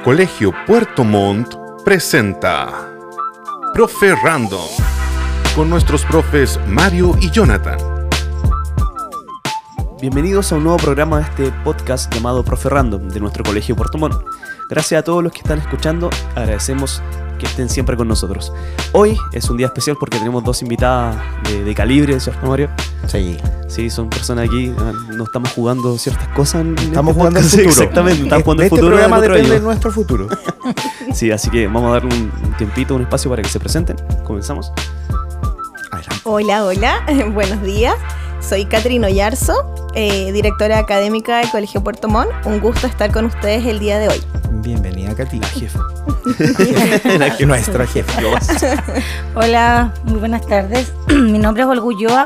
Colegio Puerto Montt presenta Profe Random con nuestros profes Mario y Jonathan. Bienvenidos a un nuevo programa de este podcast llamado Profe Random de nuestro Colegio Puerto Montt. Gracias a todos los que están escuchando, agradecemos que estén siempre con nosotros. Hoy es un día especial porque tenemos dos invitadas de calibre, ¿cierto, Mario? Sí. Sí, son personas aquí, no estamos jugando ciertas cosas. Estamos jugando el futuro. Exactamente, estamos jugando el futuro. Este programa depende de nuestro futuro. Sí, así que vamos a darle un tiempito, un espacio para que se presenten. Comenzamos. Adelante. Hola, buenos días. Soy Catherine Oyarzo, directora académica del Colegio Puerto Montt. Un gusto estar con ustedes el día de hoy. Bienvenida, Katy. La jefa. Nuestra jefa. Hola, muy buenas tardes. Mi nombre es Olga Ulloa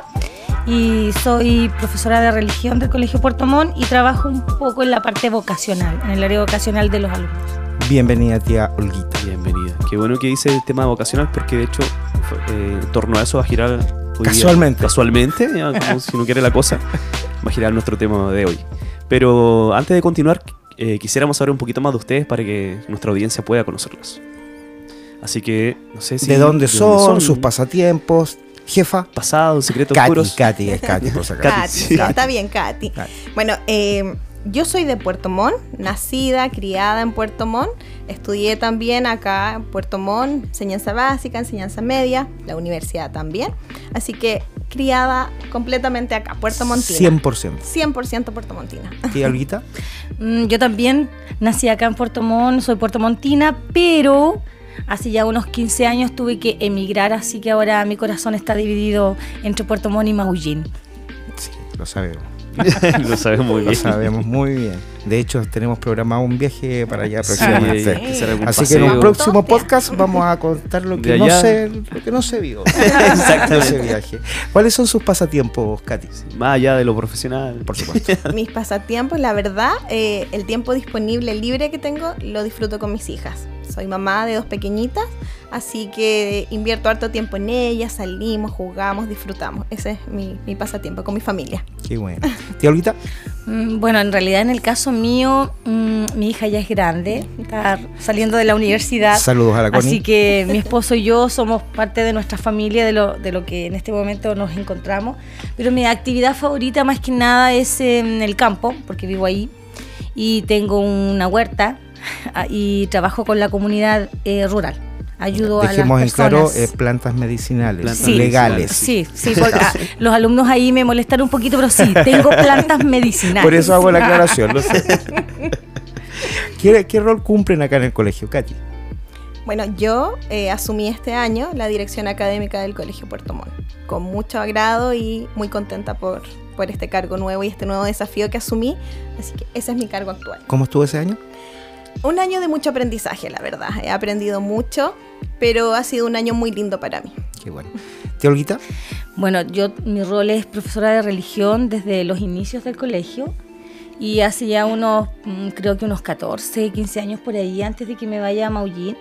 y soy profesora de religión del Colegio Puerto Montt y trabajo un poco en la parte vocacional, en el área vocacional de los alumnos. Bienvenida, tía Olguita. Bienvenida. Qué bueno que dice el tema vocacional porque de hecho en torno a eso va a girar hoy Casualmente. Día. Casualmente, ya, como si no quiere la cosa, va a girar nuestro tema de hoy. Pero antes de continuar, quisiéramos saber un poquito más de ustedes para que nuestra audiencia pueda conocerlos. Así que, no sé si... ¿De dónde son? Sus pasatiempos. Jefa. Pasados, secretos oscuros. Katy, es Katy, por si acaso. Katy, sí. está bien, Katy. Bueno, yo soy de Puerto Montt, nacida, criada en Puerto Montt. Estudié también acá en Puerto Montt, enseñanza básica, enseñanza media, la universidad también. Así que criada completamente acá, puertomontina. 100%. 100% puertomontina. Tía Olguita. Yo también nací acá en Puerto Montt, soy puertomontina, pero hace ya unos 15 años tuve que emigrar, así que ahora mi corazón está dividido entre Puerto Montt y Maullín. Sí, lo sabemos. Lo sabemos muy bien. Lo sabemos muy bien. De hecho, tenemos programado un viaje para allá próximamente. Sí, Así que en un próximo podcast vamos a contar lo que no se vio. Exactamente. Ese viaje. ¿Cuáles son sus pasatiempos, Katy? Más allá de lo profesional. Por supuesto. Mis pasatiempos, la verdad, el tiempo disponible, libre que tengo, lo disfruto con mis hijas. Soy mamá de 2 pequeñitas, así que invierto harto tiempo en ellas, salimos, jugamos, disfrutamos. Ese es mi pasatiempo con mi familia. Qué bueno. ¿Tía Olguita? Bueno, en realidad en el caso mío, mi hija ya es grande, está saliendo de la universidad. Saludos a la Connie. Así que mi esposo y yo somos parte de nuestra familia, de lo que en este momento nos encontramos. Pero mi actividad favorita más que nada es en el campo, porque vivo ahí. Y tengo una huerta y trabajo con la comunidad rural. Ayudo Dejemos a en las claro personas. plantas medicinales, Sí. legales. Sí, porque, los alumnos ahí me molestaron un poquito, pero sí, tengo plantas medicinales. Por eso hago la aclaración, lo sé. ¿Qué rol cumplen acá en el colegio, Katy? Bueno, yo asumí este año la dirección académica del Colegio Puerto Montt, con mucho agrado y muy contenta por este cargo nuevo y este nuevo desafío que asumí, así que ese es mi cargo actual. ¿Cómo estuvo ese año? Un año de mucho aprendizaje, la verdad, he aprendido mucho, pero ha sido un año muy lindo para mí. Qué bueno. ¿Tía Olguita? Bueno, mi rol es profesora de religión desde los inicios del colegio y hace ya creo que unos 14, 15 años por ahí, antes de que me vaya a Maullín,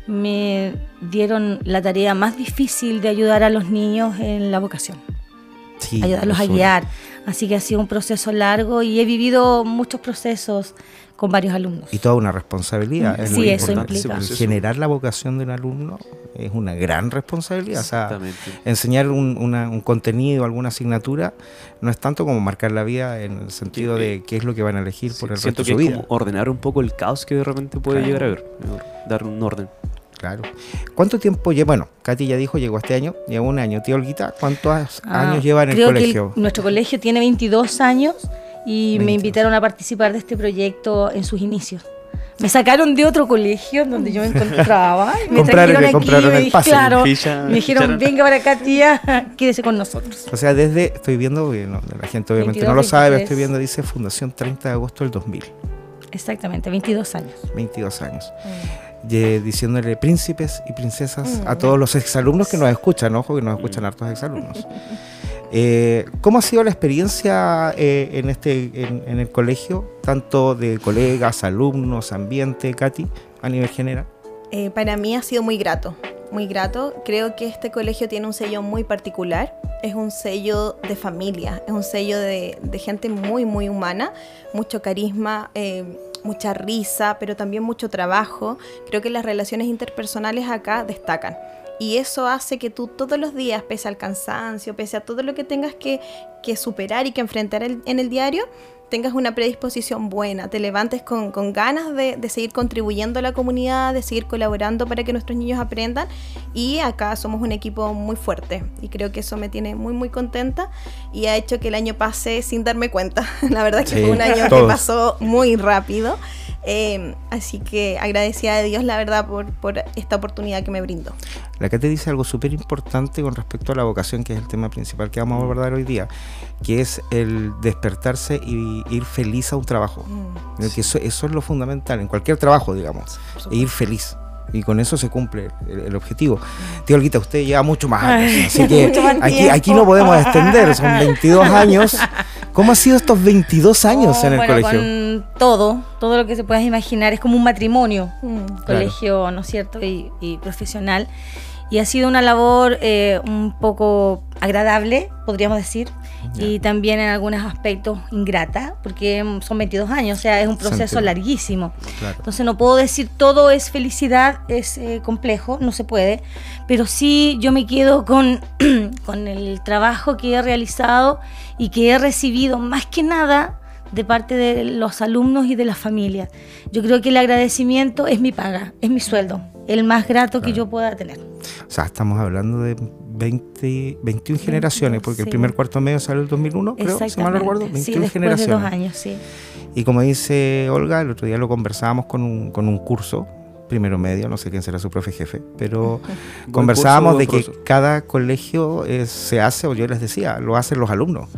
me dieron la tarea más difícil de ayudar a los niños en la vocación. Sí, ayudarlos a guiar. Así que ha sido un proceso largo y he vivido muchos procesos con varios alumnos. Y toda una responsabilidad. Es Sí, muy eso importante. implica. Generar la vocación de un alumno es una gran responsabilidad. O sea, Exactamente. enseñar un contenido, alguna asignatura, no es tanto como marcar la vida en el sentido de qué es lo que van a elegir por el Siento resto que de su es vida. como ordenar un poco el caos que de repente puede llegar a haber. Dar un orden. Claro. ¿Cuánto tiempo lleva? Bueno, Katy ya dijo, llegó este año, lleva un año. Tía Olguita, ¿cuántos años lleva en el colegio? Que nuestro colegio tiene 22 años y 22. me invitaron a participar de este proyecto en sus inicios. Me sacaron de otro colegio donde yo me encontraba. Y me trajeron aquí compraron y me el pase. claro, Ficha, me dijeron, ficharon. venga para acá, tía, quédese con nosotros. O sea, estoy viendo, la gente obviamente 22, no lo sabe, pero 23. estoy viendo, dice Fundación 30 de agosto del 2000. Exactamente, 22 años. 22 años. Diciéndole príncipes y princesas a todos los exalumnos que nos escuchan, ojo que nos escuchan hartos exalumnos. ¿Cómo ha sido la experiencia en el colegio, tanto de colegas, alumnos, ambiente, Katy, a nivel general? Para mí ha sido muy grato. Creo que este colegio tiene un sello muy particular. Es un sello de familia, es un sello de gente muy, muy humana, mucho carisma. mucha risa, pero también mucho trabajo. Creo que las relaciones interpersonales acá destacan. Y eso hace que tú todos los días, pese al cansancio, pese a todo lo que tengas que superar y que enfrentar en el diario, tengas una predisposición buena, te levantes con ganas de seguir contribuyendo a la comunidad, de seguir colaborando para que nuestros niños aprendan. Y acá somos un equipo muy fuerte y creo que eso me tiene muy muy contenta y ha hecho que el año pase sin darme cuenta. La verdad es que fue un año que pasó muy rápido. Así que agradecida de Dios, la verdad, por esta oportunidad que me brindó. La Katy dice algo súper importante con respecto a la vocación, que es el tema principal que vamos a abordar hoy día, que es el despertarse y ir feliz a un trabajo. Que eso es lo fundamental, en cualquier trabajo, digamos, ir feliz. Y con eso se cumple el objetivo. Tía Olguita, usted lleva mucho más años, así que aquí no podemos extender, son 22 años. ¿Cómo han sido estos 22 años en el colegio? Con todo lo que se puedas imaginar, es como un matrimonio, colegio, ¿no es cierto?, y profesional. Y ha sido una labor un poco agradable, podríamos decir, y también en algunos aspectos ingrata, porque son 22 años, o sea, es un proceso larguísimo. Claro. Entonces no puedo decir todo es felicidad, es complejo, no se puede, pero sí yo me quedo con el trabajo que he realizado y que he recibido más que nada de parte de los alumnos y de las familias. Yo creo que el agradecimiento es mi paga, es mi sueldo, el más grato que yo pueda tener. O sea, estamos hablando de 21 generaciones, porque el primer cuarto medio salió el 2001, creo, si mal no recuerdo, 21 generaciones. De 2 años, sí. Y como dice Olga, el otro día lo conversábamos con un curso, primero medio, no sé quién será su profe jefe, pero conversábamos de que cada colegio se hace, o yo les decía, lo hacen los alumnos.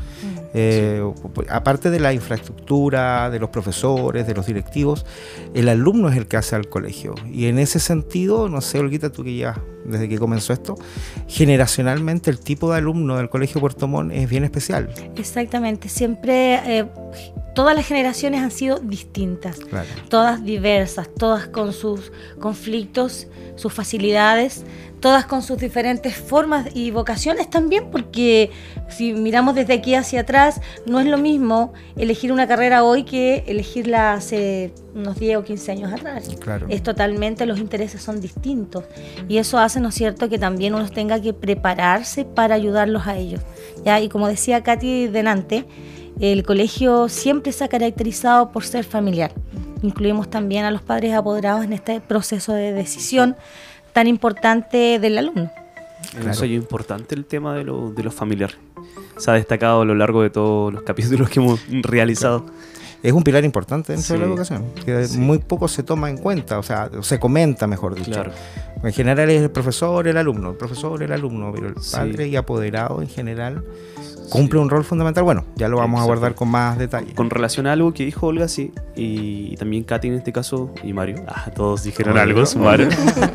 Aparte de la infraestructura, de los profesores, de los directivos, el alumno es el que hace al colegio. Y en ese sentido, no sé, Olguita, tú que ya desde que comenzó esto, generacionalmente el tipo de alumno del Colegio Puerto Montt es bien especial. Exactamente, siempre todas las generaciones han sido distintas, claro, todas diversas, todas con sus conflictos, sus facilidades, todas con sus diferentes formas y vocaciones también, porque si miramos desde aquí hacia atrás, no es lo mismo elegir una carrera hoy que elegirla hace unos 10 o 15 años atrás. Claro. Es totalmente, los intereses son distintos y eso hace, ¿no es cierto?, que también uno tenga que prepararse para ayudarlos a ellos, ¿ya? Y como decía Katy delante, el colegio siempre se ha caracterizado por ser familiar. Incluimos también a los padres apoderados en este proceso de decisión tan importante del alumno. Claro. Eso es importante, el tema de lo familiar. Se ha destacado a lo largo de todos los capítulos que hemos realizado. Es un pilar importante dentro de la educación, que muy poco se toma en cuenta, o sea, se comenta, mejor dicho. Claro. En general es el profesor, el alumno, pero el padre y apoderado en general cumple un rol fundamental. Bueno, ya lo vamos a abordar con más detalle. Con relación a algo que dijo Olga, sí, y también Katy en este caso, y Mario, todos dijeron algo, sumaron.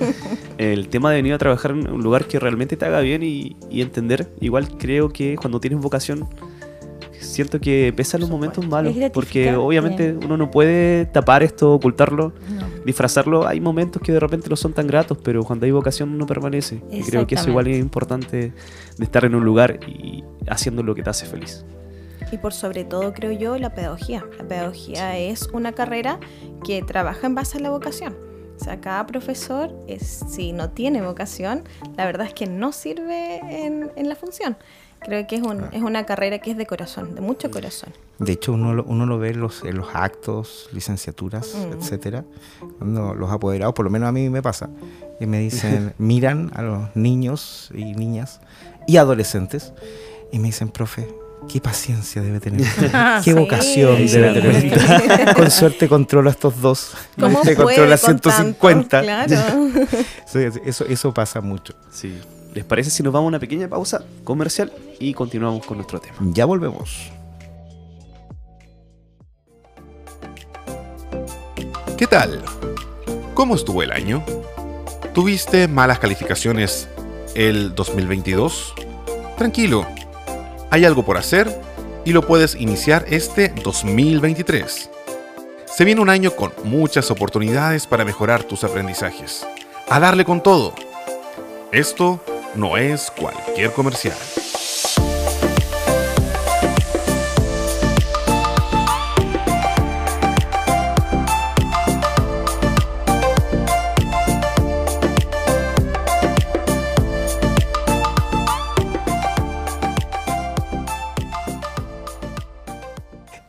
El tema de venir a trabajar en un lugar que realmente te haga bien y entender. Igual creo que cuando tienes vocación, siento que pesan los momentos malos, porque obviamente uno no puede tapar esto, ocultarlo, disfrazarlo. Hay momentos que de repente no son tan gratos, pero cuando hay vocación uno permanece. Y creo que eso igual es importante, de estar en un lugar y haciendo lo que te hace feliz. Y por sobre todo, creo yo, la pedagogía. La pedagogía es una carrera que trabaja en base a la vocación. O sea, cada profesor, si no tiene vocación, la verdad es que no sirve en la función. Creo que es una carrera que es de corazón, de mucho corazón. De hecho, uno lo ve en los actos, licenciaturas, etcétera. Cuando los apoderados, por lo menos a mí me pasa, y me dicen, miran a los niños y niñas y adolescentes y me dicen, profe, qué paciencia debe tener usted, qué vocación debe tener usted. Con suerte controlo a estos dos. ¿Cómo puede controla 150. Claro. Eso pasa mucho. Sí. ¿Les parece si nos vamos a una pequeña pausa comercial y continuamos con nuestro tema? Ya volvemos. ¿Qué tal? ¿Cómo estuvo el año? ¿Tuviste malas calificaciones el 2022? Tranquilo, hay algo por hacer y lo puedes iniciar este 2023. Se viene un año con muchas oportunidades para mejorar tus aprendizajes. ¡A darle con todo! Esto no es cualquier comercial.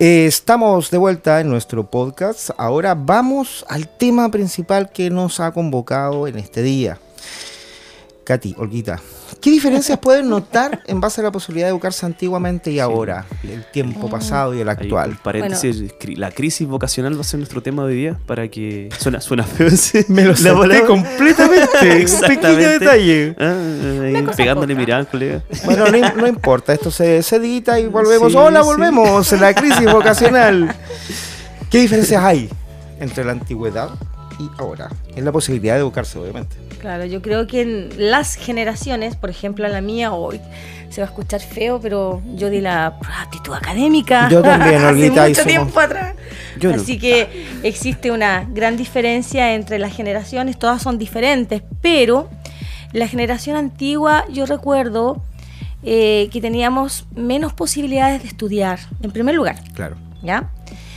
Estamos de vuelta en nuestro podcast. Ahora vamos al tema principal que nos ha convocado en este día. Katy, Olguita, ¿qué diferencias pueden notar en base a la posibilidad de educarse antiguamente y ahora? El tiempo pasado y el actual. Ahí, paréntesis, la crisis vocacional va a ser nuestro tema de hoy día, para que... Suena feo ese. Me lo salté completamente. Un pequeño detalle. Pegándole mirada al colega. Bueno, no importa, esto se edita y volvemos. Sí, ¡Hola, sí. volvemos! La crisis vocacional. ¿Qué diferencias hay entre la antigüedad y ahora? En la posibilidad de educarse, obviamente. Claro, yo creo que en las generaciones, por ejemplo, la mía hoy se va a escuchar feo, pero yo di la aptitud académica. Yo también, Olguita. hace mucho tiempo atrás. Yo no. Así que existe una gran diferencia entre las generaciones, todas son diferentes, pero la generación antigua, yo recuerdo que teníamos menos posibilidades de estudiar, en primer lugar. Claro. ¿Ya?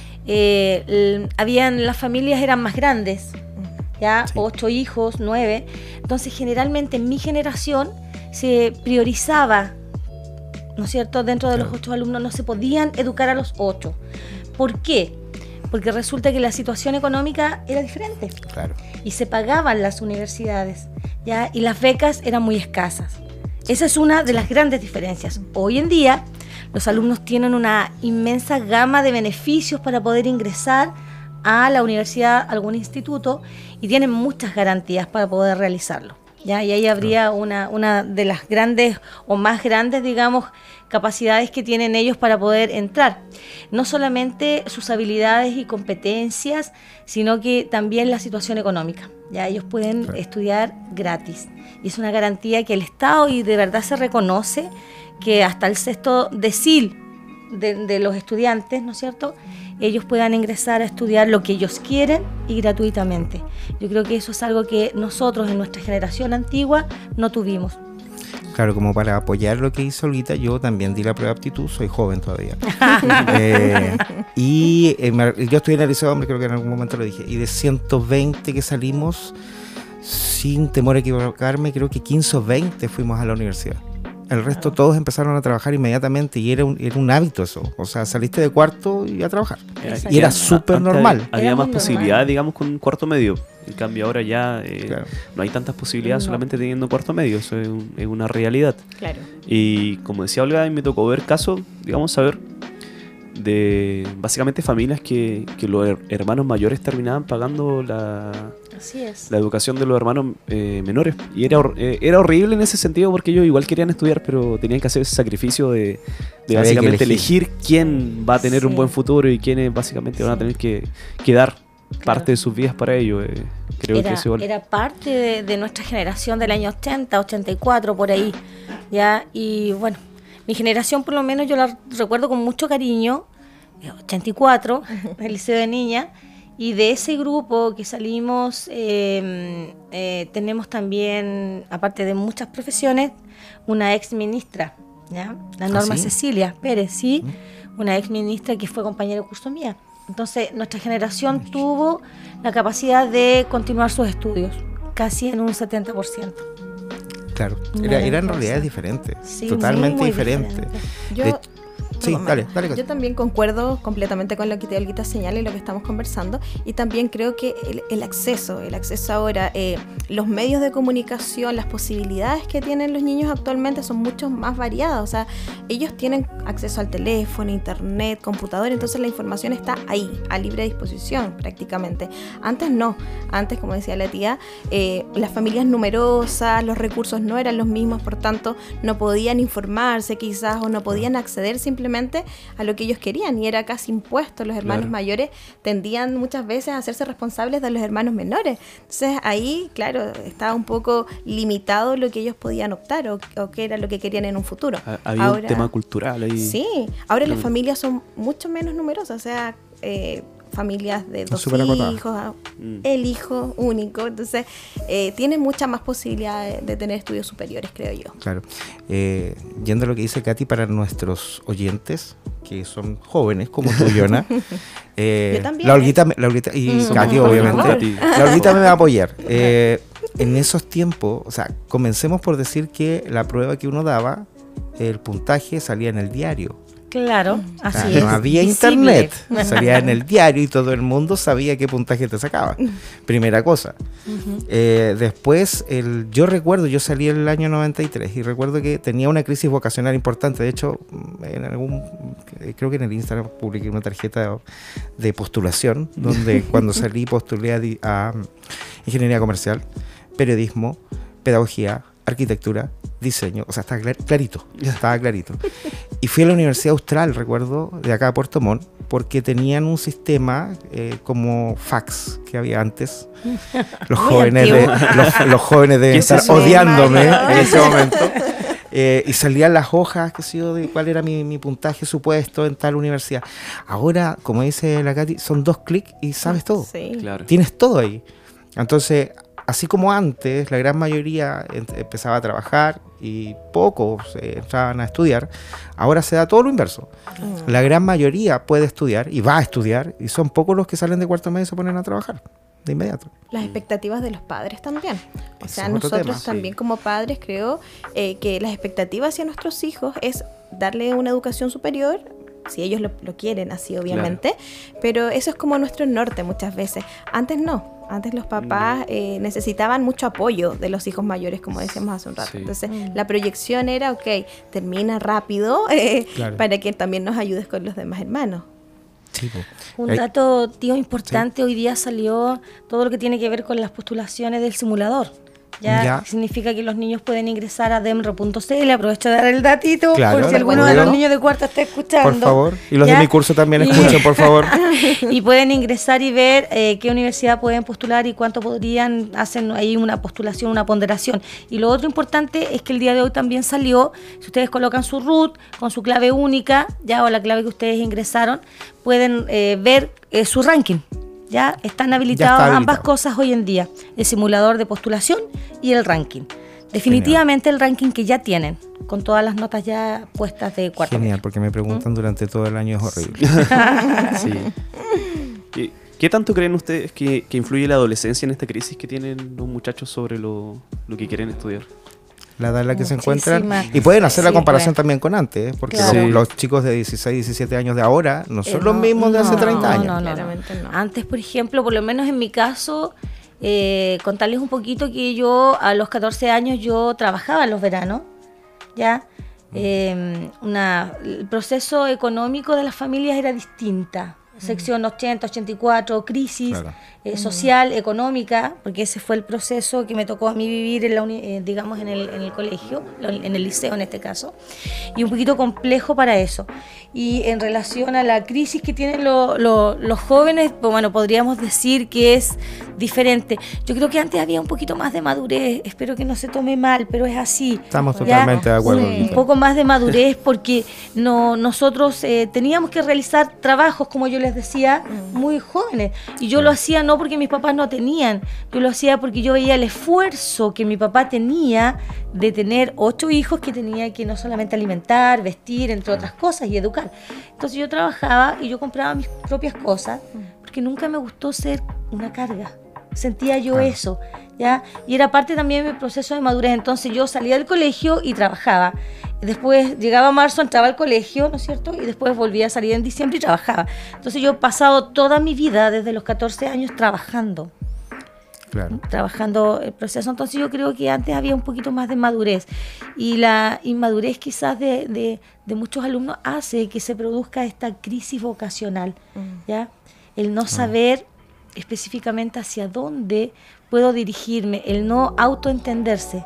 Las familias eran más grandes, ¿ya? Sí. 8 hijos, 9. Entonces, generalmente en mi generación se priorizaba, ¿no es cierto? Dentro de los 8 alumnos no se podían educar a los 8. ¿Por qué? Porque resulta que la situación económica era diferente. Claro. Y se pagaban las universidades, ¿ya? Y las becas eran muy escasas. Esa es una de las grandes diferencias. Hoy en día, los alumnos tienen una inmensa gama de beneficios para poder ingresar a la universidad, a algún instituto, y tienen muchas garantías para poder realizarlo, ¿ya? Y ahí habría una de las grandes o más grandes, digamos, capacidades que tienen ellos para poder entrar. No solamente sus habilidades y competencias, sino que también la situación económica. Ya ellos pueden estudiar gratis. Y es una garantía que el Estado, y de verdad se reconoce, que hasta el sexto decil de los estudiantes, ¿no es cierto?, ellos puedan ingresar a estudiar lo que ellos quieren y gratuitamente. Yo creo que eso es algo que nosotros en nuestra generación antigua no tuvimos. Claro, como para apoyar lo que hizo Olguita, yo también di la prueba de aptitud, soy joven todavía. Yo estoy en el liceo, hombre, creo que en algún momento lo dije, y de 120 que salimos, sin temor a equivocarme, creo que 15 o 20 fuimos a la universidad. El resto todos empezaron a trabajar inmediatamente y era un hábito eso. O sea, saliste de cuarto y a trabajar. Y era súper normal. Había más muy posibilidades, normal. digamos, con cuarto medio. En cambio, ahora ya Claro. no hay tantas posibilidades No. solamente teniendo cuarto medio. Eso es una realidad. Claro. Y como decía Olga, a mí me tocó ver casos, digamos, saber de básicamente familias que los hermanos mayores terminaban pagando la Así es. educación de los hermanos menores. Y era horrible en ese sentido, porque ellos igual querían estudiar, pero tenían que hacer ese sacrificio de Había básicamente que elegir quién va a tener un Sí. buen futuro y quiénes básicamente van a tener que dar Claro. parte de sus vidas para ello. Creo que eso Era parte de nuestra generación del año 80, 84, por ahí, ¿ya? Y bueno, mi generación por lo menos yo la recuerdo con mucho cariño, 84, el Liceo de Niña, y de ese grupo que salimos tenemos también, aparte de muchas profesiones, una ex ministra, ¿ya? La Norma ¿sí? Cecilia Pérez, sí, una ex ministra que fue compañera de curso mía. Entonces, nuestra generación tuvo la capacidad de continuar sus estudios, casi en un 70%. Claro. Una Eran gran realidades cosa. diferentes. Sí, totalmente muy diferentes. diferente. Yo, Sí, dale, Katy. Yo también concuerdo completamente con lo que Olguita señala y lo que estamos conversando, y también creo que el acceso ahora, los medios de comunicación, las posibilidades que tienen los niños actualmente son mucho más variadas. O sea, ellos tienen acceso al teléfono, internet, computador, entonces la información está ahí, a libre disposición prácticamente. Antes no, antes, como decía la tía, las familias numerosas, los recursos no eran los mismos, por tanto no podían informarse quizás, o no podían acceder simplemente a lo que ellos querían, y era casi impuesto. Los hermanos Claro. mayores tendían muchas veces a hacerse responsables de los hermanos menores. Entonces ahí, claro, estaba un poco limitado lo que ellos podían optar o qué era lo que querían en un futuro. había un tema cultural ahí. Sí, ahora las Claro. familias son mucho menos numerosas, o sea, familias de 2 Súper acotadas. hijos, el hijo único, entonces tienen mucha más posibilidad de tener estudios superiores, creo yo. Claro. Yendo a lo que dice Katy, para nuestros oyentes, que son jóvenes como tú, Yona, Yo también, la Olguita y Somos Katy, por obviamente, favor. la Olguita me va a apoyar. En esos tiempos, o sea, comencemos por decir que la prueba que uno daba, el puntaje salía en el diario. Claro, así No había internet, salía en el diario y todo el mundo sabía qué puntaje te sacaba. Primera cosa. Después, yo recuerdo, yo salí en el año 93 y recuerdo que tenía una crisis vocacional importante. De hecho, creo que en el Instagram publiqué una tarjeta de postulación donde cuando salí postulé a ingeniería comercial, periodismo, pedagogía, arquitectura, diseño, o sea, estaba clarito. Y fui a la Universidad Austral, recuerdo, de acá a Puerto Montt, porque tenían un sistema como fax que había antes. Los jóvenes deben estar odiándome en ese momento. Y salían las hojas, qué sé yo, de cuál era mi puntaje supuesto en tal universidad. Ahora, como dice la Katy, son 2 clics y sabes todo. Sí. Claro. Tienes todo ahí. Entonces, así como antes, la gran mayoría empezaba a trabajar y pocos entraban a estudiar, ahora se da todo lo inverso. La gran mayoría puede estudiar y va a estudiar, y son pocos los que salen de cuarto medio y se ponen a trabajar de inmediato. Las expectativas de los padres también. O sea, es otro nosotros tema, también como padres creo que las expectativas hacia nuestros hijos es darle una educación superior, si ellos lo quieren así obviamente, pero eso es como nuestro norte muchas veces. Antes no. Antes los papás necesitaban mucho apoyo de los hijos mayores, como decíamos hace un rato. Sí. Entonces, la proyección era, termina rápido para que también nos ayudes con los demás hermanos. Sí, Un dato, tío, importante, hoy día salió todo lo que tiene que ver con las postulaciones del simulador. Ya significa que los niños pueden ingresar a demro.cl. Aprovecho de dar el datito, claro, por si alguno de los niños de cuarto está escuchando. Por favor, y los de mi curso también escuchen, por favor. Y pueden ingresar y ver qué universidad pueden postular y cuánto podrían, hacen ahí una postulación, una ponderación. Y lo otro importante es que el día de hoy también salió, si ustedes colocan su root con su clave única, o la clave que ustedes ingresaron, pueden ver su ranking. Ya están habilitadas ambas cosas hoy en día, el simulador de postulación y el ranking. Definitivamente el ranking que ya tienen, con todas las notas ya puestas de cuarto. Genial, porque me preguntan durante todo el año, es horrible. Sí. ¿Qué tanto creen ustedes que influye la adolescencia en esta crisis que tienen los muchachos sobre lo que quieren estudiar? La edad en la que se encuentran. Y pueden hacer la comparación también con antes, porque los chicos de 16, 17 años de ahora no son los mismos de hace 30 años. No. Antes, por ejemplo, por lo menos en mi caso, contarles un poquito que yo a los 14 años yo trabajaba en los veranos, ¿ya? El proceso económico de las familias era distinta. Sección 80, 84, crisis social, económica, porque ese fue el proceso que me tocó a mí vivir digamos en el colegio, en el liceo en este caso, y un poquito complejo para eso. Y en relación a la crisis que tienen los jóvenes, pues bueno, podríamos decir que es diferente. Yo creo que antes había un poquito más de madurez, espero que no se tome mal, pero es así. Estamos totalmente de acuerdo. Un poco más de madurez porque nosotros teníamos que realizar trabajos, como yo les decía, muy jóvenes. Y yo lo hacía no porque mis papás no tenían, yo lo hacía porque yo veía el esfuerzo que mi papá tenía de tener 8 hijos que tenía que no solamente alimentar, vestir, entre otras cosas, y educar. Entonces yo trabajaba y yo compraba mis propias cosas porque nunca me gustó ser una carga. Sentía yo eso, ¿ya? Y era parte también de mi proceso de madurez. Entonces yo salía del colegio y trabajaba. Después llegaba marzo, entraba al colegio, ¿no es cierto? Y después volvía a salir en diciembre y trabajaba. Entonces yo he pasado toda mi vida, desde los 14 años, trabajando. Trabajando el proceso. Entonces yo creo que antes había un poquito más de madurez. Y la inmadurez quizás de muchos alumnos hace que se produzca esta crisis vocacional, ¿ya? El no saber específicamente hacia dónde puedo dirigirme, el no autoentenderse.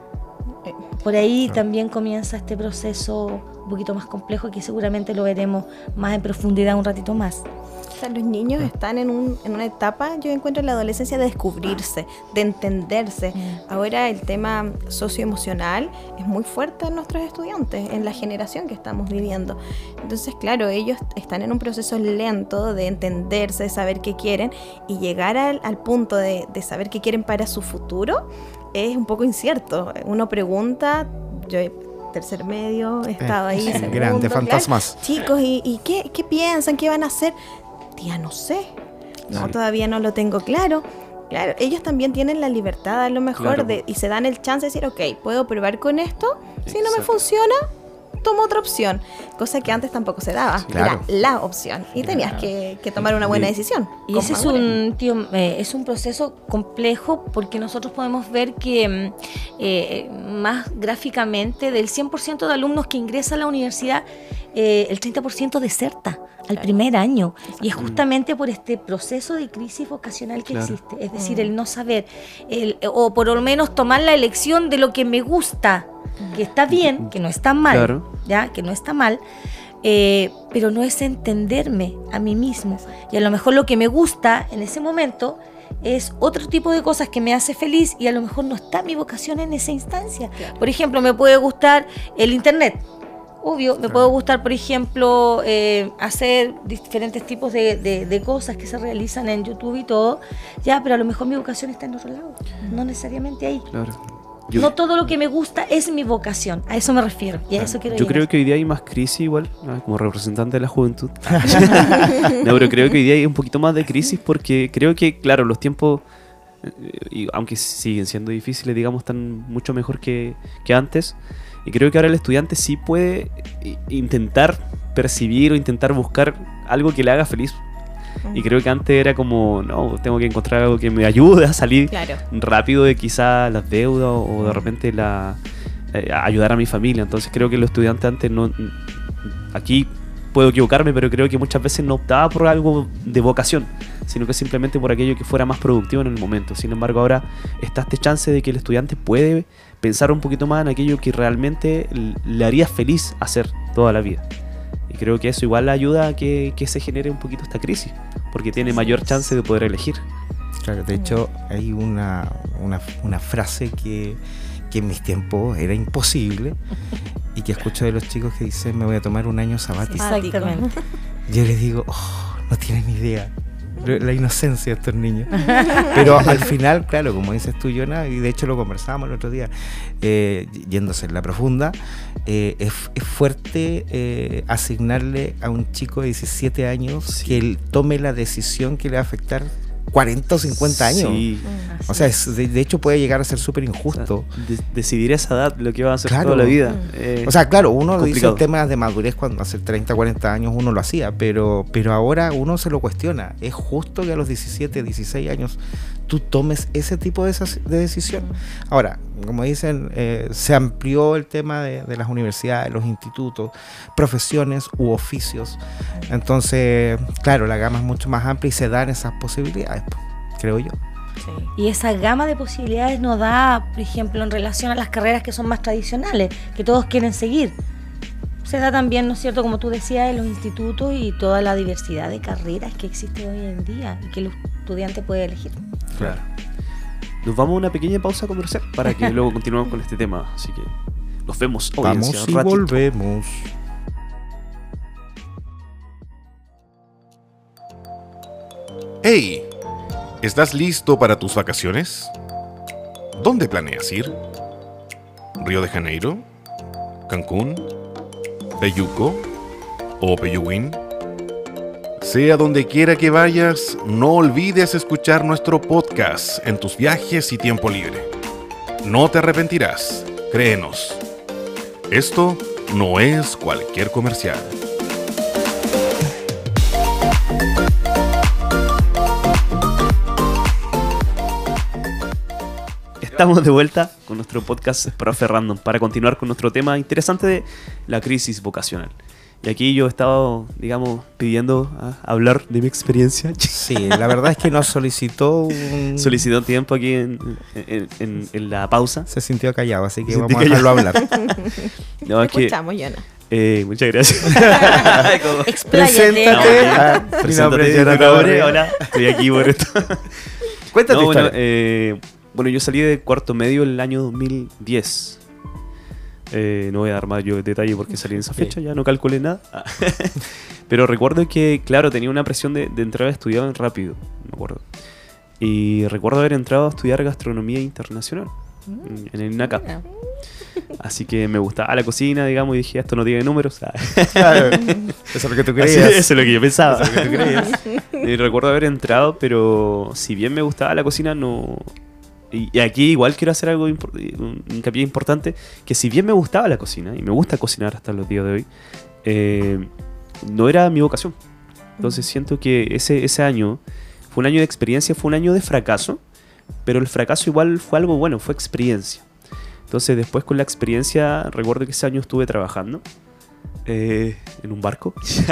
Por ahí también comienza este proceso un poquito más complejo que seguramente lo veremos más en profundidad un ratito más. O sea, los niños están en una etapa, yo encuentro en la adolescencia, de descubrirse, de entenderse. Ahora el tema socioemocional es muy fuerte en nuestros estudiantes, en la generación que estamos viviendo. Entonces, claro, ellos están en un proceso lento de entenderse, de saber qué quieren, y llegar al punto de saber qué quieren para su futuro es un poco incierto. Uno pregunta, yo tercer medio, he estado ahí, segundo, grande, fantasmas. Claro. Chicos, ¿y qué piensan? ¿Qué van a hacer? Tía, no sé. No, todavía no lo tengo claro. Claro, ellos también tienen la libertad a lo mejor y se dan el chance de decir, ok, puedo probar con esto. Si no me funciona, toma otra opción, cosa que antes tampoco se daba, Claro. era la opción y tenías que tomar una buena decisión. Y ese es un proceso complejo porque nosotros podemos ver que más gráficamente del 100% de alumnos que ingresan a la universidad, el 30% deserta al primer año. Y es justamente por este proceso de crisis vocacional que existe. Es decir, el no saber, o por lo menos tomar la elección de lo que me gusta, que está bien, que no está mal, ¿ya? Que no está mal. Pero no es entenderme a mí mismo. Y a lo mejor lo que me gusta en ese momento es otro tipo de cosas que me hace feliz y a lo mejor no está mi vocación en esa instancia. Por ejemplo, me puede gustar el internet. Obvio, me puede gustar, por ejemplo, hacer diferentes tipos de cosas que se realizan en YouTube y todo, ya, pero a lo mejor mi vocación está en otro lado, no necesariamente ahí. No todo lo que me gusta es mi vocación, a eso me refiero y a eso quiero llegar. Yo creo que hoy día hay más crisis igual, como representante de la juventud. No, pero creo que hoy día hay un poquito más de crisis porque creo que, claro, los tiempos, y aunque siguen siendo difíciles, digamos, están mucho mejor que antes. Y creo que ahora el estudiante sí puede intentar percibir o intentar buscar algo que le haga feliz. Y creo que antes era como, no, tengo que encontrar algo que me ayude a salir rápido de quizá las deudas o de repente ayudar a mi familia. Entonces creo que los estudiantes antes no... Aquí puedo equivocarme, pero creo que muchas veces no optaba por algo de vocación, sino que simplemente por aquello que fuera más productivo en el momento. Sin embargo, ahora está este chance de que el estudiante puede pensar un poquito más en aquello que realmente le haría feliz hacer toda la vida. Y creo que eso igual ayuda a que se genere un poquito esta crisis, porque tiene mayor chance de poder elegir. Claro, de hecho hay una frase que en mis tiempos era imposible y que escucho de los chicos que dicen: me voy a tomar un año sabático. Exactamente. Yo les digo, no tienen ni idea la inocencia de estos niños. Pero al final, claro, como dices tú, Jonah, y de hecho lo conversábamos el otro día, yéndose en la profunda, es fuerte asignarle a un chico de 17 años que él tome la decisión que le va a afectar 40 o 50 años. Sí. O sea, de hecho puede llegar a ser súper injusto. O sea, decidir a esa edad lo que va a hacer toda la vida. O sea, claro, uno complicado. dice temas de madurez cuando hace 30, 40 años uno lo hacía, pero ahora uno se lo cuestiona. ¿Es justo que a los 17, 16 años tú tomes ese tipo de decisión? Ahora, como dicen, se amplió el tema de las universidades, los institutos, profesiones u oficios. Entonces, claro, la gama es mucho más amplia y se dan esas posibilidades, creo yo. Sí. Y esa gama de posibilidades nos da, por ejemplo, en relación a las carreras que son más tradicionales, que todos quieren seguir. Se da también, ¿no es cierto?, como tú decías, en los institutos y toda la diversidad de carreras que existe hoy en día y que el estudiante puede elegir. Claro. Nos vamos a una pequeña pausa comercial para que luego continuemos con este tema. Así que nos vemos. Vamos y volvemos. ¡Hey! ¿Estás listo para tus vacaciones? ¿Dónde planeas ir? ¿Río de Janeiro? ¿Cancún? ¿Peyuco? ¿O Peyuguín? Sea donde quiera que vayas, no olvides escuchar nuestro podcast en tus viajes y tiempo libre. No te arrepentirás, créenos. Esto no es cualquier comercial. Estamos de vuelta con nuestro podcast Profe Random para continuar con nuestro tema interesante de la crisis vocacional. Y aquí yo he estado, digamos, pidiendo hablar de mi experiencia. Sí, la verdad es que nos solicitó tiempo aquí en la pausa. Se sintió callado, así que vamos a dejarlo hablar. No, Te escuchamos, Jonah. Muchas gracias. Preséntate. Preséntate, hola, estoy aquí por esto. Cuéntate. Bueno, yo salí de cuarto medio el año 2010. No voy a dar más yo detalle porque salí en esa fecha, ya no calculé nada. Pero recuerdo que, claro, tenía una presión de entrar a estudiar rápido, me acuerdo. Y recuerdo haber entrado a estudiar gastronomía internacional en el INACAP. Así que me gustaba la cocina, digamos, y dije, esto no tiene números. Claro, eso es lo que tú creías. Eso es lo que yo pensaba. Eso es lo que tú creías. Y recuerdo haber entrado, pero si bien me gustaba la cocina, no... Y aquí igual quiero hacer algo, un hincapié importante, que si bien me gustaba la cocina, y me gusta cocinar hasta los días de hoy, no era mi vocación. Entonces siento que ese año fue un año de experiencia, fue un año de fracaso, pero el fracaso igual fue algo bueno, fue experiencia. Entonces después con la experiencia, recuerdo que ese año estuve trabajando en un barco.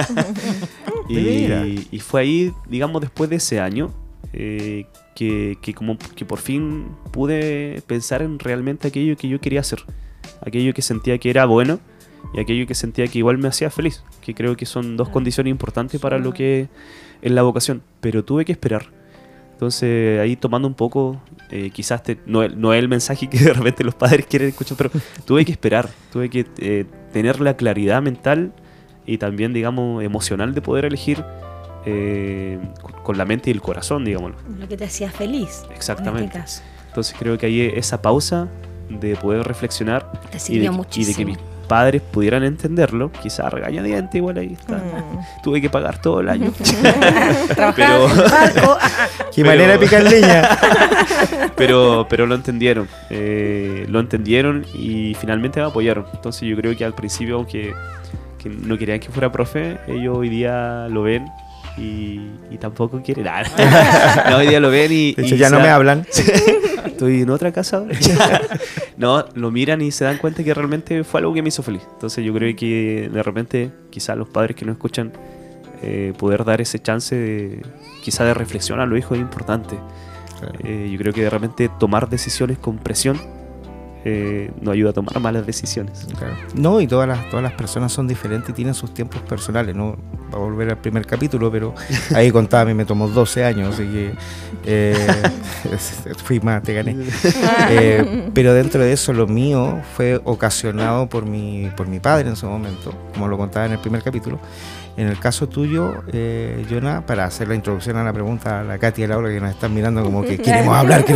y fue ahí, digamos, después de ese año, que por fin pude pensar en realmente aquello que yo quería hacer, aquello que sentía que era bueno y aquello que sentía que igual me hacía feliz, que creo que son dos condiciones importantes para lo que es la vocación, pero tuve que esperar. Entonces ahí tomando un poco, quizás no es el mensaje que de repente los padres quieren escuchar, pero tuve que esperar, tuve que tener la claridad mental y también, digamos, emocional de poder elegir con la mente y el corazón, digámoslo. Lo que te hacía feliz. Exactamente. En este caso. Entonces creo que ahí esa pausa de poder reflexionar te sirvió muchísimo. Y de que mis padres pudieran entenderlo, quizás regañadiente igual ahí está. Tuve que pagar todo el año. Trabajar en el barco. Qué manera de picar leña. pero lo entendieron. Lo entendieron y finalmente me apoyaron. Entonces yo creo que al principio, aunque no querían que fuera profe, ellos hoy día lo ven y tampoco quieren nada. No, hoy día lo ven y... De hecho, ya no me hablan. Estoy en otra casa ahora. No, lo miran y se dan cuenta que realmente fue algo que me hizo feliz. Entonces yo creo que de repente, quizás los padres que nos escuchan, poder dar ese chance de reflexión a los hijos es importante. Claro. Yo creo que de repente tomar decisiones con presión nos ayuda a tomar malas decisiones. Claro. No, y todas las personas son diferentes y tienen sus tiempos personales, ¿no? Va a volver al primer capítulo, pero ahí contaba, a mí me tomó 12 años, así que fui más, te gané. Pero dentro de eso, lo mío fue ocasionado por mi padre en su momento, como lo contaba en el primer capítulo. En el caso tuyo, Jonah, para hacer la introducción a la pregunta a la Katy y a Laura, que nos están mirando como que queremos hablar.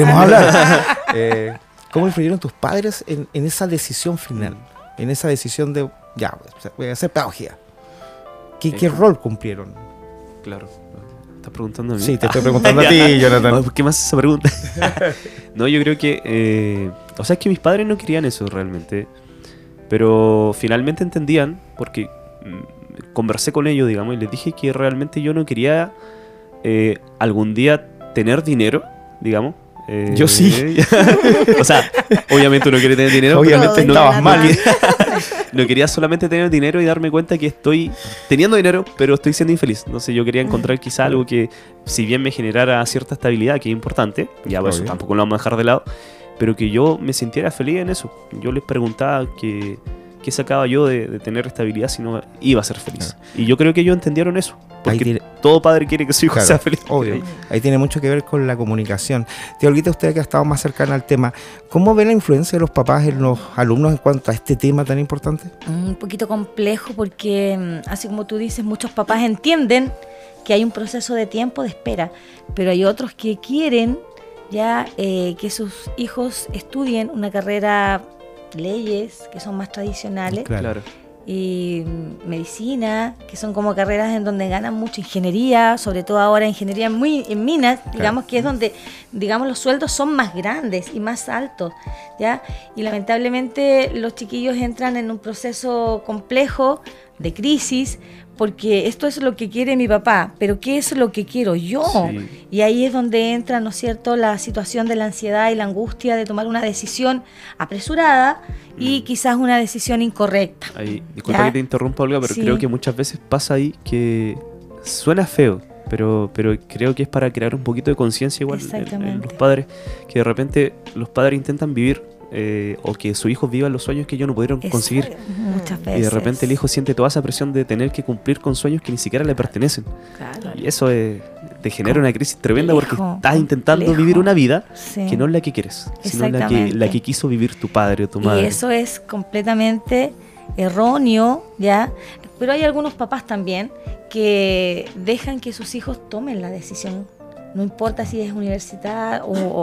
¿Cómo influyeron tus padres en esa decisión final? En esa decisión de, ya, voy a hacer pedagogía. ¿Qué rol cumplieron? Claro. ¿Estás preguntando a mí? Sí, te estoy preguntando a ti, Jonathan. ¿Por qué más esa pregunta? No, yo creo que... o sea, es que mis padres no querían eso realmente. Pero finalmente entendían, porque conversé con ellos, digamos, y les dije que realmente yo no quería algún día tener dinero, digamos. Yo sí. O sea, obviamente uno quiere tener dinero. Obviamente no estabas mal. No quería solamente tener dinero y darme cuenta que estoy teniendo dinero, pero estoy siendo infeliz. Entonces yo quería encontrar quizá algo que, si bien me generara cierta estabilidad, que es importante, ya por eso tampoco lo vamos a dejar de lado, pero que yo me sintiera feliz en eso. Yo les preguntaba qué sacaba yo de tener estabilidad si no iba a ser feliz. Y yo creo que ellos entendieron eso. Porque todo padre quiere que su hijo sea feliz. Obvio. Ahí tiene mucho que ver con la comunicación. Tía Olguita, usted que ha estado más cercana al tema, ¿cómo ve la influencia de los papás en los alumnos en cuanto a este tema tan importante? Un poquito complejo porque, así como tú dices, muchos papás entienden que hay un proceso de tiempo de espera, pero hay otros que quieren ya que sus hijos estudien una carrera, leyes, que son más tradicionales. Claro. Y medicina, que son como carreras en donde ganan mucho, ingeniería, sobre todo ahora ingeniería en minas, digamos, que es donde, digamos, los sueldos son más grandes y más altos, ¿ya? Y lamentablemente los chiquillos entran en un proceso complejo de crisis, porque esto es lo que quiere mi papá, pero ¿qué es lo que quiero yo? Sí. Y ahí es donde entra, ¿no es cierto?, la situación de la ansiedad y la angustia de tomar una decisión apresurada y quizás una decisión incorrecta. Ahí, disculpa que te interrumpa, Olga, pero creo que muchas veces pasa ahí que suena feo, pero creo que es para crear un poquito de conciencia igual en los padres, que de repente los padres intentan vivir o que sus hijos vivan los sueños que ellos no pudieron conseguir. Muchas veces. Y de repente el hijo siente toda esa presión de tener que cumplir con sueños que ni siquiera le pertenecen. Claro. Y eso te genera una crisis tremenda porque estás intentando vivir una vida que no es la que quieres, sino la que quiso vivir tu padre o tu madre. Y eso es completamente erróneo, ¿ya? Pero hay algunos papás también que dejan que sus hijos tomen la decisión. No importa si es universidad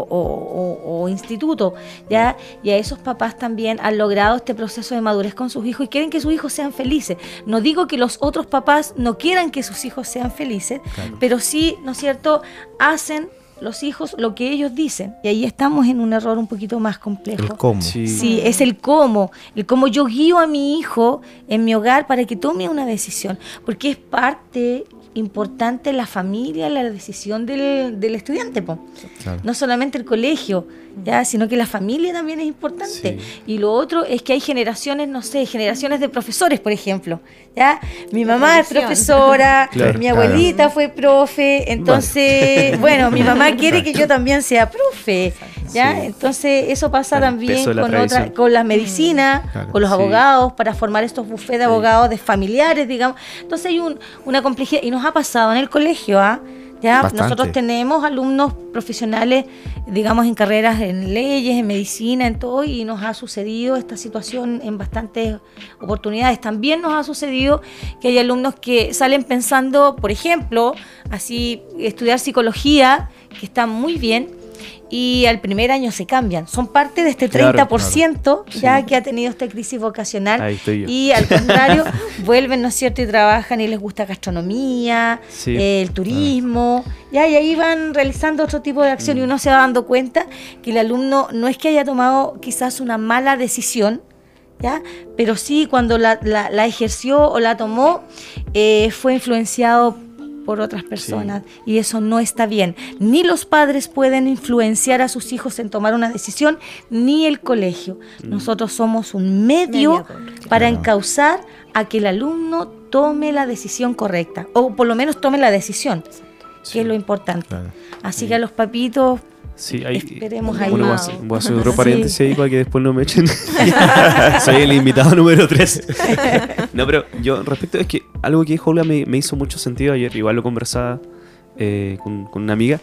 o instituto, ¿ya? Y a esos papás también han logrado este proceso de madurez con sus hijos y quieren que sus hijos sean felices. No digo que los otros papás no quieran que sus hijos sean felices, pero sí, ¿no es cierto?, hacen los hijos lo que ellos dicen. Y ahí estamos en un error un poquito más complejo. El cómo. Sí, es el cómo yo guío a mi hijo en mi hogar para que tome una decisión, porque es parte importante la familia, la decisión del estudiante, po. Claro. No solamente el colegio, ¿ya? Sino que la familia también es importante. Y lo otro es que hay generaciones, no sé, generaciones de profesores, por ejemplo, ¿ya? Mi mamá es profesora, Claro, mi abuelita fue profe, entonces, bueno, mi mamá quiere que yo también sea profe, ¿ya? Sí. Entonces eso pasa El también peso de la tradición. con la medicina, Claro. con los Sí. abogados, para formar estos bufetes de abogados de familiares, digamos. Entonces hay una complejidad, y nos ha pasado en el colegio, ¿ah? Ya Bastante. nosotros tenemos alumnos profesionales, digamos, en carreras en leyes, en medicina, en todo, y nos ha sucedido esta situación en bastantes oportunidades. También nos ha sucedido que hay alumnos que salen pensando, por ejemplo, así estudiar psicología, que está muy bien, y al primer año se cambian. Son parte de este 30% ya que ha tenido esta crisis vocacional. Ahí estoy yo. Y al contrario, vuelven, ¿no es cierto?, y trabajan y les gusta gastronomía, Sí. el turismo, ya, y ahí van realizando otro tipo de acción y uno se va dando cuenta que el alumno no es que haya tomado quizás una mala decisión, ¿ya? Pero sí, cuando la ejerció o la tomó, fue influenciado por otras personas, y eso no está bien. Ni los padres pueden influenciar a sus hijos en tomar una decisión, ni el colegio. Nosotros somos un medio para encauzar a que el alumno tome la decisión correcta, o por lo menos tome la decisión, que es lo importante. Claro. Así que a los papitos, Sí, ahí, esperemos ahí. bueno, voy a hacer otro Sí. paréntesis ahí para que después no me echen. Soy el invitado número 3. No, pero yo respecto, es que algo que dijo Olga me hizo mucho sentido ayer, igual lo conversaba con una amiga,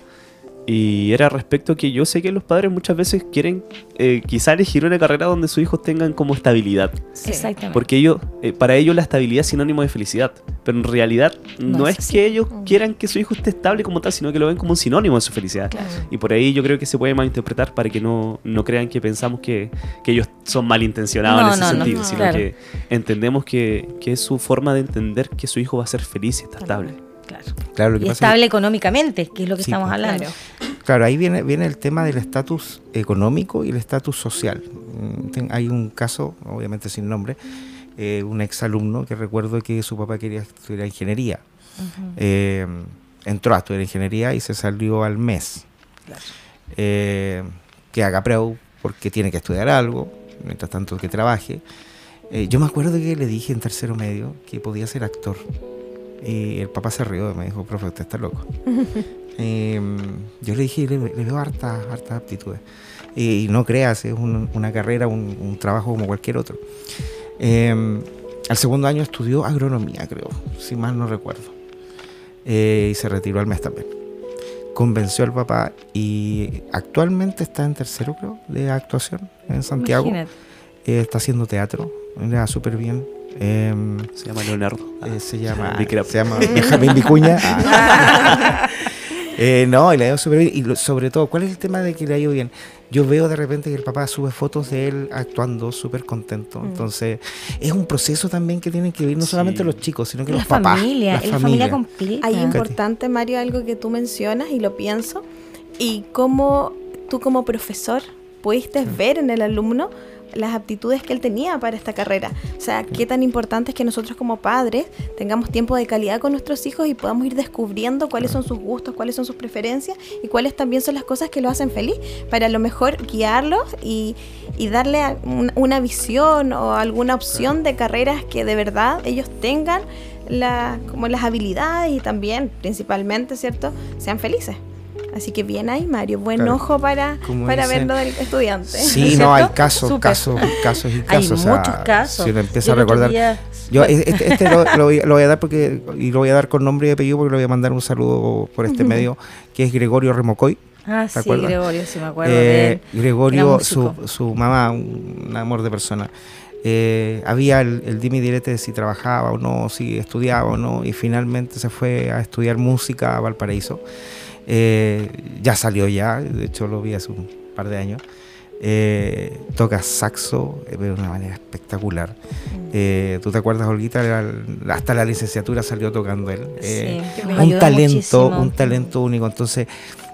y era respecto que yo sé que los padres muchas veces quieren quizá elegir una carrera donde sus hijos tengan como estabilidad, Exactamente. porque ellos, para ellos la estabilidad es sinónimo de felicidad, pero en realidad no es así. que ellos quieran que su hijo esté estable como tal, sino que lo ven como un sinónimo de su felicidad. Claro. Y por ahí yo creo que se puede malinterpretar para que no crean que pensamos que ellos son malintencionados No, en ese no, no, sentido, no, sino claro. que entendemos que es su forma de entender que su hijo va a ser feliz y está estable. Claro. Claro, lo que Y pasa estable económicamente, que es lo que Sí, estamos pues. hablando. Claro, ahí viene el tema del estatus económico y el estatus social. Hay un caso, obviamente sin nombre, un exalumno que recuerdo que su papá quería estudiar ingeniería. Entró a estudiar ingeniería y se salió al mes. Que haga preu porque tiene que estudiar algo, mientras tanto que trabaje. Yo me acuerdo que le dije en tercero medio que podía ser actor. Y el papá se rió y me dijo, profe, usted está loco. Yo le dije, le veo hartas aptitudes. Y no creas, es una carrera, un trabajo como cualquier otro. Al segundo año estudió agronomía, creo, si mal no recuerdo. Y se retiró al mes también. Convenció al papá y actualmente está en tercero, creo, de actuación en Santiago. Imagínate. Está haciendo teatro, le va súper bien. Se llama Leonardo. Se llama Dicrap. Benjamín Vicuña. No, y le ha ido súper bien. Y sobre todo, ¿cuál es el tema de que le ha ido bien? Yo veo de repente que el papá sube fotos de él actuando súper contento. Entonces, es un proceso también que tienen que vivir no solamente los chicos, sino que La los papás. familia, la la familia completa. Ahí es importante, Mario, algo que tú mencionas y lo pienso, y cómo tú como profesor pudiste ver en el alumno las aptitudes que él tenía para esta carrera. O sea, qué tan importante es que nosotros como padres tengamos tiempo de calidad con nuestros hijos y podamos ir descubriendo cuáles son sus gustos, cuáles son sus preferencias y cuáles también son las cosas que lo hacen feliz, para a lo mejor guiarlos y darle una visión o alguna opción de carreras que de verdad ellos tengan como las habilidades y también, principalmente, ¿cierto?, sean felices. Así que bien ahí, Mario, buen Claro. ojo para ver dicen, lo del estudiante. Sí, ¿Cierto? no, hay casos y Súper. casos y Hay casos. O sea, muchos casos. Si uno empieza Yo a el otro recordar. día- Yo este lo voy a dar y lo voy a dar con nombre y apellido porque le voy a mandar un saludo por este medio, que es Gregorio Remocoy. Ah, ¿te sí, acuerdas? Gregorio, sí me acuerdo de él. Era Gregorio, músico. su mamá, un amor de persona. Había el dime y direte de si trabajaba o no, si estudiaba o no, y finalmente se fue a estudiar música a Valparaíso. Ya salió ya, de hecho lo vi hace un par de años. Toca saxo de una manera espectacular. ¿Tú te acuerdas, Olguita? Hasta la licenciatura salió tocando él. Sí, que me un ayudó talento, muchísimo. un talento único. Entonces,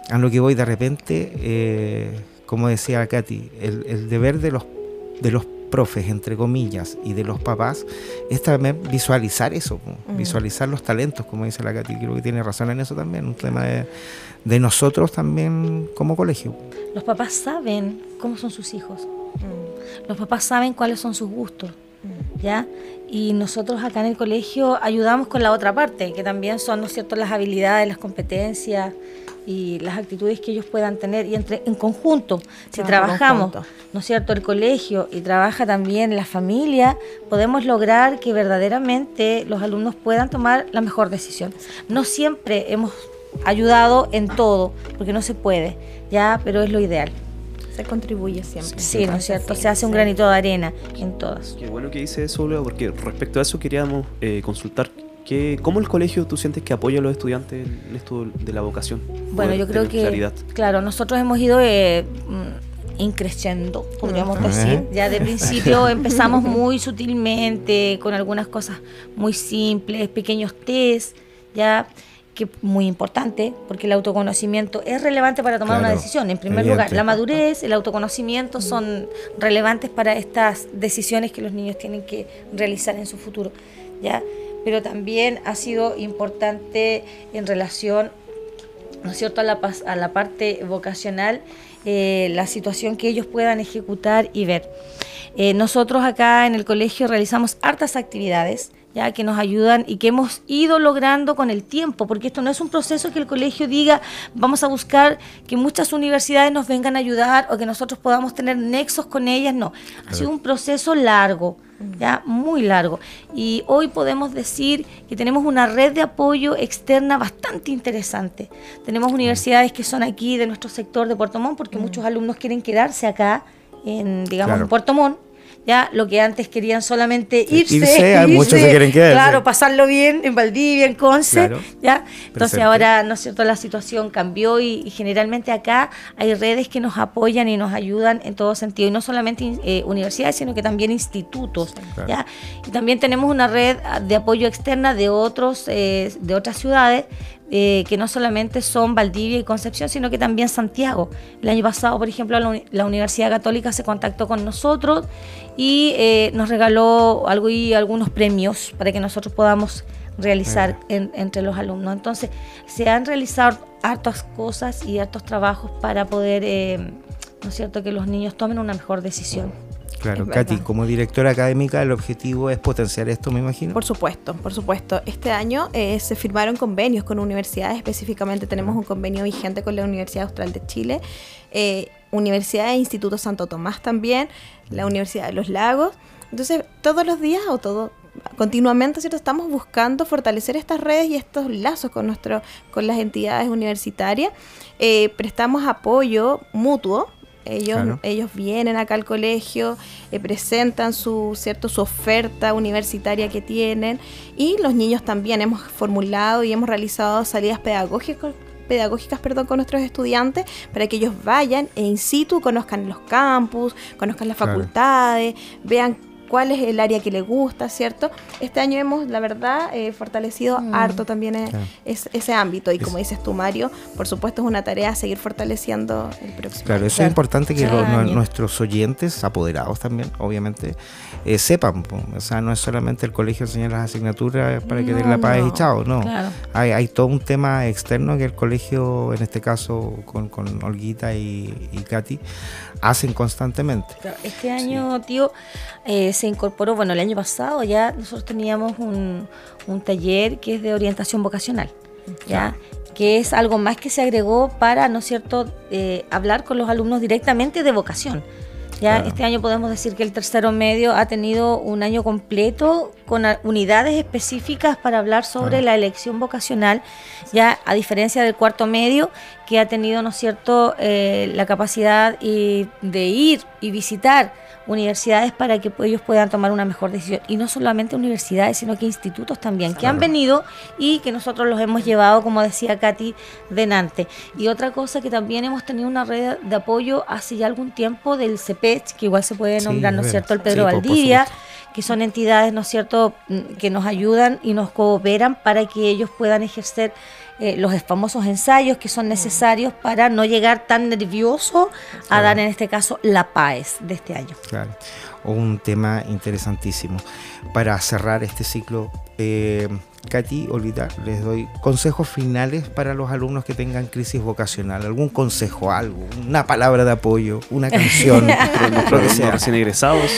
a lo que voy de repente, como decía Katy, el deber de los profes, entre comillas, y de los papás, es también visualizar eso, visualizar los talentos, como dice la Katy. Creo que tiene razón en eso también, un tema de nosotros también como colegio. Los papás saben cómo son sus hijos, los papás saben cuáles son sus gustos, ¿ya? Y nosotros acá en el colegio ayudamos con la otra parte, que también son, ¿no es cierto?, las habilidades, las competencias y las actitudes que ellos puedan tener, y en conjunto, si trabajamos, ¿no es cierto?, el colegio y trabaja también la familia, podemos lograr que verdaderamente los alumnos puedan tomar la mejor decisión. No siempre hemos ayudado en todo, porque no se puede, ya, pero es lo ideal. Se contribuye siempre. Sí, ¿no es cierto? Se hace un granito de arena en todas. Qué bueno que dice eso, Leo, porque respecto a eso queríamos consultar ¿cómo el colegio tú sientes que apoya a los estudiantes en esto de la vocación? Bueno, yo creo que, claridad. Claro, nosotros hemos ido increciendo, podríamos decir. Ya de principio empezamos muy sutilmente, con algunas cosas muy simples, pequeños test, ya, que muy importante, porque el autoconocimiento es relevante para tomar una decisión. En primer lugar, la madurez, el autoconocimiento son relevantes para estas decisiones que los niños tienen que realizar en su futuro, ya. Pero también ha sido importante en relación, ¿no es cierto?, a la parte vocacional, la situación que ellos puedan ejecutar y ver. Nosotros acá en el colegio realizamos hartas actividades, ya, que nos ayudan y que hemos ido logrando con el tiempo, porque esto no es un proceso que el colegio diga vamos a buscar que muchas universidades nos vengan a ayudar o que nosotros podamos tener nexos con ellas, no. Ha sido un proceso largo, ya, muy largo, y hoy podemos decir que tenemos una red de apoyo externa bastante interesante. Tenemos universidades que son aquí de nuestro sector de Puerto Montt, porque muchos alumnos quieren quedarse acá en Puerto Montt. Ya, lo que antes querían solamente irse, hay muchos que quieren quedarse. Claro, pasarlo bien en Valdivia, en Conce, ya. Entonces Perfecto. ahora, ¿no es cierto?, la situación cambió y generalmente acá hay redes que nos apoyan y nos ayudan en todo sentido, y no solamente universidades, sino que también institutos, ya. Y también tenemos una red de apoyo externa de otras ciudades, que no solamente son Valdivia y Concepción, sino que también Santiago. El año pasado, por ejemplo, la Universidad Católica se contactó con nosotros y nos regaló algunos premios para que nosotros podamos realizar entre los alumnos. Entonces, se han realizado hartas cosas y hartos trabajos para poder, ¿no es cierto?, que los niños tomen una mejor decisión. Claro, Katy, como directora académica, el objetivo es potenciar esto, me imagino. Por supuesto, por supuesto. Este año se firmaron convenios con universidades, específicamente tenemos un convenio vigente con la Universidad Austral de Chile, Universidad e Instituto Santo Tomás también, la Universidad de los Lagos. Entonces, todos los días continuamente, ¿cierto?, estamos buscando fortalecer estas redes y estos lazos con las entidades universitarias. Prestamos apoyo mutuo. Ellos vienen acá al colegio, presentan su oferta universitaria que tienen, y los niños también hemos formulado y hemos realizado salidas pedagógicas con nuestros estudiantes para que ellos vayan e in situ conozcan los campus, conozcan las facultades, vean cuál es el área que les gusta, ¿cierto? Este año hemos, la verdad, fortalecido harto también ese ámbito. Y como dices tú, Mario, por supuesto es una tarea a seguir fortaleciendo el próximo año. Claro, eso es importante que nuestros oyentes, apoderados también, obviamente, sepan. O sea, no es solamente el colegio enseñar las asignaturas para que den la paz y chao, no. Claro. Hay todo un tema externo que el colegio, en este caso con Olguita y Katy, hacen constantemente. Claro, este año, tío, se incorporó, bueno, el año pasado ya nosotros teníamos un taller que es de orientación vocacional, ¿ya? Que es algo más que se agregó para, ¿no es cierto?, hablar con los alumnos directamente de vocación. Ya este año podemos decir que el tercero medio ha tenido un año completo con unidades específicas para hablar sobre la elección vocacional, ya a diferencia del cuarto medio, que ha tenido, ¿no es cierto?, la capacidad de ir y visitar universidades para que ellos puedan tomar una mejor decisión. Y no solamente universidades, sino que institutos también, que han venido y que nosotros los hemos llevado, como decía Katy, delante. Y otra cosa, que también hemos tenido una red de apoyo hace ya algún tiempo del CEPECH, que igual se puede nombrar, ¿no es cierto?, el Pedro Valdivia, que son entidades, ¿no es cierto?, que nos ayudan y nos cooperan para que ellos puedan ejercer los famosos ensayos que son necesarios para no llegar tan nervioso a dar, en este caso, la PAES de este año. Claro, un tema interesantísimo. Para cerrar este ciclo, Katy, Olvita, les doy consejos finales para los alumnos que tengan crisis vocacional. ¿Algún consejo, algo, una palabra de apoyo, una canción? Lo que sea. Recién egresados.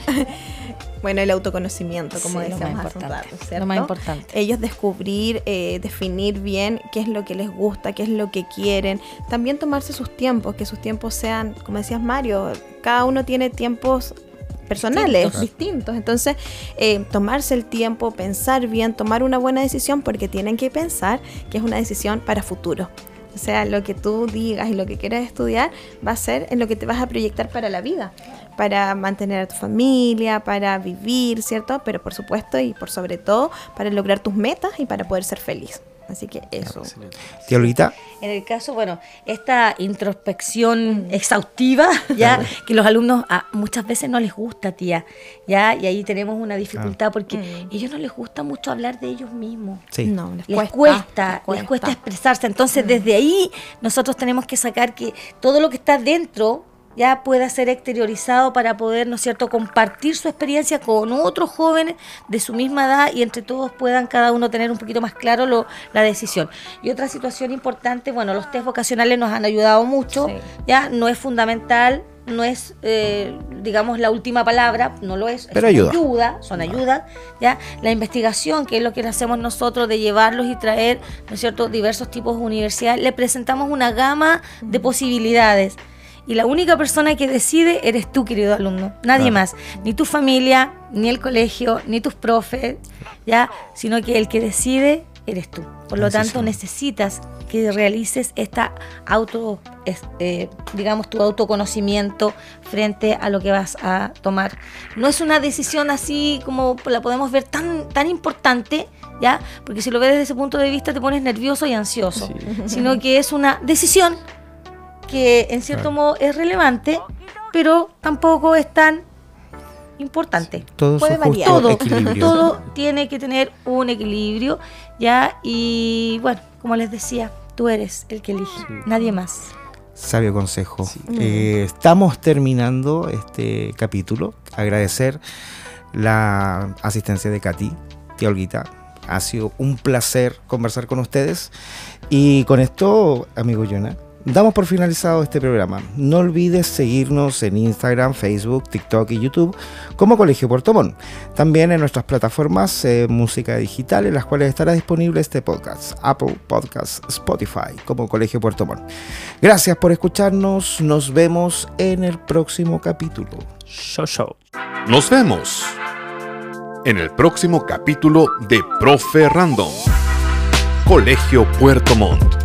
Bueno, el autoconocimiento, como decíamos hace un rato, ¿cierto? Lo más importante. Ellos descubrir, definir bien qué es lo que les gusta, qué es lo que quieren. También tomarse sus tiempos, que sus tiempos sean, como decías Mario, cada uno tiene tiempos personales, distintos. Entonces, tomarse el tiempo, pensar bien, tomar una buena decisión, porque tienen que pensar que es una decisión para futuro. O sea, lo que tú digas y lo que quieras estudiar va a ser en lo que te vas a proyectar para la vida, para mantener a tu familia, para vivir, ¿cierto? Pero por supuesto y por sobre todo, para lograr tus metas y para poder ser feliz. Así que eso. Tía Olvita. En el caso, bueno, esta introspección exhaustiva, ya, que los alumnos muchas veces no les gusta, tía, ya, y ahí tenemos una dificultad porque a ellos no les gusta mucho hablar de ellos mismos. Sí. No, les cuesta expresarse. Entonces, desde ahí nosotros tenemos que sacar que todo lo que está dentro ya pueda ser exteriorizado para poder, ¿no es cierto?, compartir su experiencia con otros jóvenes de su misma edad y entre todos puedan cada uno tener un poquito más claro la decisión. Y otra situación importante, bueno, los test vocacionales nos han ayudado mucho, ya no es fundamental, no es, digamos, la última palabra, no lo es, pero son ayudas, ya. La investigación, que es lo que hacemos nosotros de llevarlos y traer, ¿no es cierto?, diversos tipos de universidades, le presentamos una gama de posibilidades. Y la única persona que decide eres tú, querido alumno, nadie más, ni tu familia, ni el colegio, ni tus profes, ya, sino que el que decide eres tú. Por lo tanto, necesitas que realices esta digamos, tu autoconocimiento frente a lo que vas a tomar. No es una decisión así como la podemos ver tan importante, ¿ya? Porque si lo ves desde ese punto de vista te pones nervioso y ansioso, sino que es una decisión que en cierto modo es relevante, pero tampoco es tan importante. Todo puede variar. Equilibrio. Todo tiene que tener un equilibrio, ¿ya? Y bueno, como les decía, tú eres el que elige, nadie más. Sabio consejo. Estamos terminando este capítulo. Agradecer la asistencia de Katy, tía Olguita. Ha sido un placer conversar con ustedes. Y con esto, amigo Jonah, damos por finalizado este programa. No olvides seguirnos en Instagram, Facebook, TikTok y YouTube como Colegio Puerto Montt. También en nuestras plataformas música digital, en las cuales estará disponible este podcast: Apple Podcasts, Spotify, como Colegio Puerto Montt. Gracias por escucharnos. Nos vemos en el próximo capítulo. Show. Nos vemos en el próximo capítulo de Profe Random. Colegio Puerto Montt.